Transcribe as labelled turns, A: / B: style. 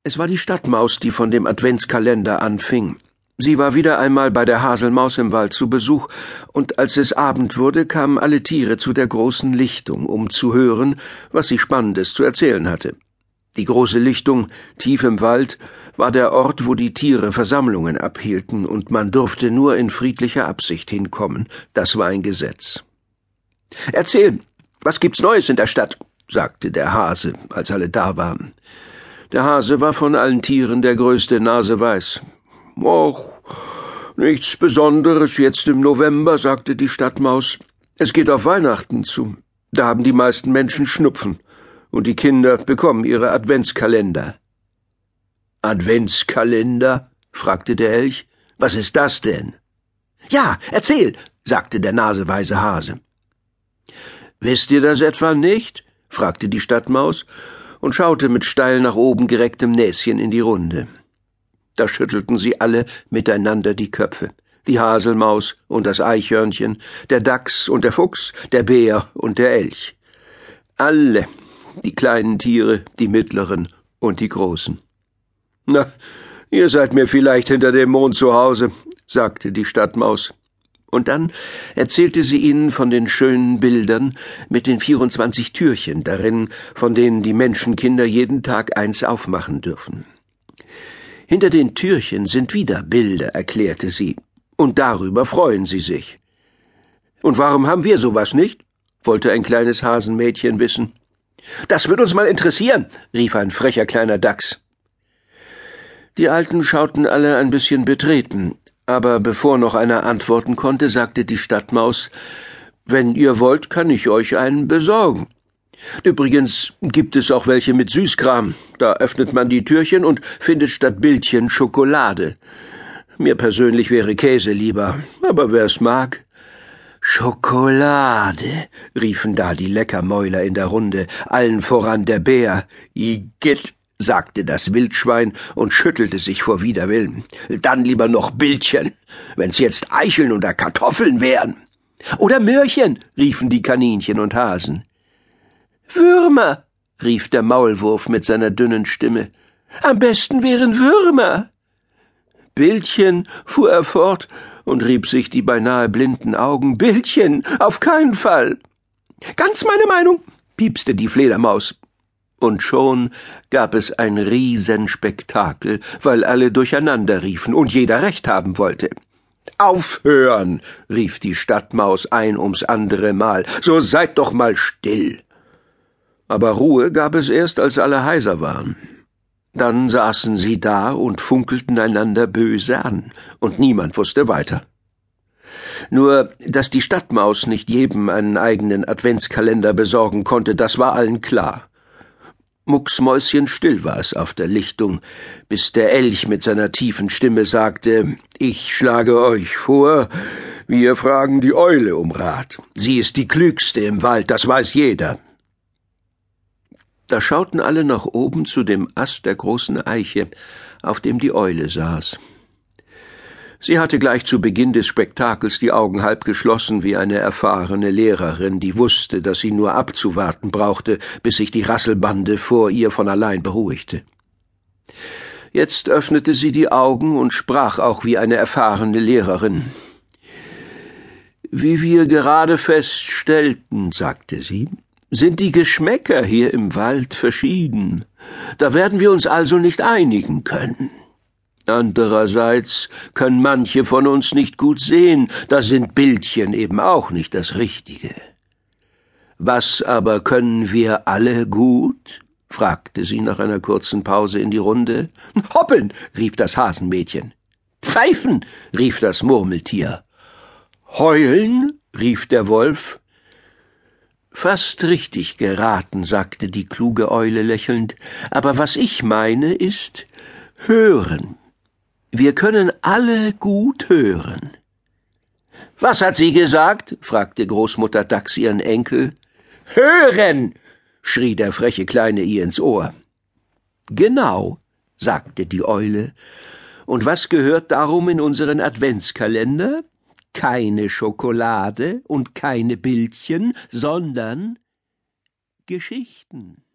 A: Es war die Stadtmaus, die von dem Adventskalender anfing. Sie war wieder einmal bei der Haselmaus im Wald zu Besuch, und als es Abend wurde, kamen alle Tiere zu der großen Lichtung, um zu hören, was sie Spannendes zu erzählen hatte. Die große Lichtung, tief im Wald, war der Ort, wo die Tiere Versammlungen abhielten, und man durfte nur in friedlicher Absicht hinkommen. Das war ein Gesetz. »Erzähl, was gibt's Neues in der Stadt?« sagte der Hase, als alle da waren. Der Hase war von allen Tieren der größte Naseweiß. »Och, nichts Besonderes jetzt im November«, sagte die Stadtmaus. »Es geht auf Weihnachten zu. Da haben die meisten Menschen Schnupfen. Und die Kinder bekommen ihre Adventskalender.« »Adventskalender?« fragte der Elch. »Was ist das denn?« »Ja, erzähl«, sagte der naseweise Hase. »Wisst ihr das etwa nicht?« fragte die Stadtmaus und schaute mit steil nach oben gerecktem Näschen in die Runde. Da schüttelten sie alle miteinander die Köpfe. Die Haselmaus und das Eichhörnchen, der Dachs und der Fuchs, der Bär und der Elch. Alle, die kleinen Tiere, die mittleren und die großen. »Na, ihr seid mir vielleicht hinter dem Mond zu Hause«, sagte die Stadtmaus. Und dann erzählte sie ihnen von den schönen Bildern mit den 24 Türchen darin, von denen die Menschenkinder jeden Tag eins aufmachen dürfen. »Hinter den Türchen sind wieder Bilder«, erklärte sie, »und darüber freuen sie sich.« »Und warum haben wir sowas nicht?« wollte ein kleines Hasenmädchen wissen. »Das wird uns mal interessieren«, rief ein frecher kleiner Dachs. Die Alten schauten alle ein bisschen betreten, aber bevor noch einer antworten konnte, sagte die Stadtmaus, »Wenn ihr wollt, kann ich euch einen besorgen. Übrigens gibt es auch welche mit Süßkram. Da öffnet man die Türchen und findet statt Bildchen Schokolade. Mir persönlich wäre Käse lieber, aber wer's mag.« »Schokolade«, riefen da die Leckermäuler in der Runde, allen voran der Bär. »Igitt«, sagte das Wildschwein und schüttelte sich vor Widerwillen. »Dann lieber noch Bildchen, wenn's jetzt Eicheln oder Kartoffeln wären.« »Oder Möhrchen«, riefen die Kaninchen und Hasen. »Würmer«, rief der Maulwurf mit seiner dünnen Stimme. »Am besten wären Würmer.« »Bildchen«, fuhr er fort und rieb sich die beinahe blinden Augen. »Bildchen, auf keinen Fall.« »Ganz meine Meinung«, piepste die Fledermaus. Und schon gab es ein Riesenspektakel, weil alle durcheinander riefen und jeder Recht haben wollte. »Aufhören«, rief die Stadtmaus ein ums andere Mal, »so seid doch mal still.« Aber Ruhe gab es erst, als alle heiser waren. Dann saßen sie da und funkelten einander böse an, und niemand wusste weiter. Nur, dass die Stadtmaus nicht jedem einen eigenen Adventskalender besorgen konnte, das war allen klar. Mucksmäuschenstill war es auf der Lichtung, bis der Elch mit seiner tiefen Stimme sagte, »Ich schlage euch vor, wir fragen die Eule um Rat. Sie ist die Klügste im Wald, das weiß jeder.« Da schauten alle nach oben zu dem Ast der großen Eiche, auf dem die Eule saß. Sie hatte gleich zu Beginn des Spektakels die Augen halb geschlossen wie eine erfahrene Lehrerin, die wusste, dass sie nur abzuwarten brauchte, bis sich die Rasselbande vor ihr von allein beruhigte. Jetzt öffnete sie die Augen und sprach auch wie eine erfahrene Lehrerin. »Wie wir gerade feststellten«, sagte sie, »sind die Geschmäcker hier im Wald verschieden. Da werden wir uns also nicht einigen können. Andererseits können manche von uns nicht gut sehen, da sind Bildchen eben auch nicht das Richtige. Was aber können wir alle gut?« fragte sie nach einer kurzen Pause in die Runde. »Hoppeln«, rief das Hasenmädchen. »Pfeifen«, rief das Murmeltier. »Heulen«, rief der Wolf. »Fast richtig geraten«, sagte die kluge Eule lächelnd, »aber was ich meine ist hören. Wir können alle gut hören.« »Was hat sie gesagt?« fragte Großmutter Dachs ihren Enkel. »Hören«, schrie der freche Kleine ihr ins Ohr. »Genau«, sagte die Eule. »Und was gehört darum in unseren Adventskalender? Keine Schokolade und keine Bildchen, sondern Geschichten.«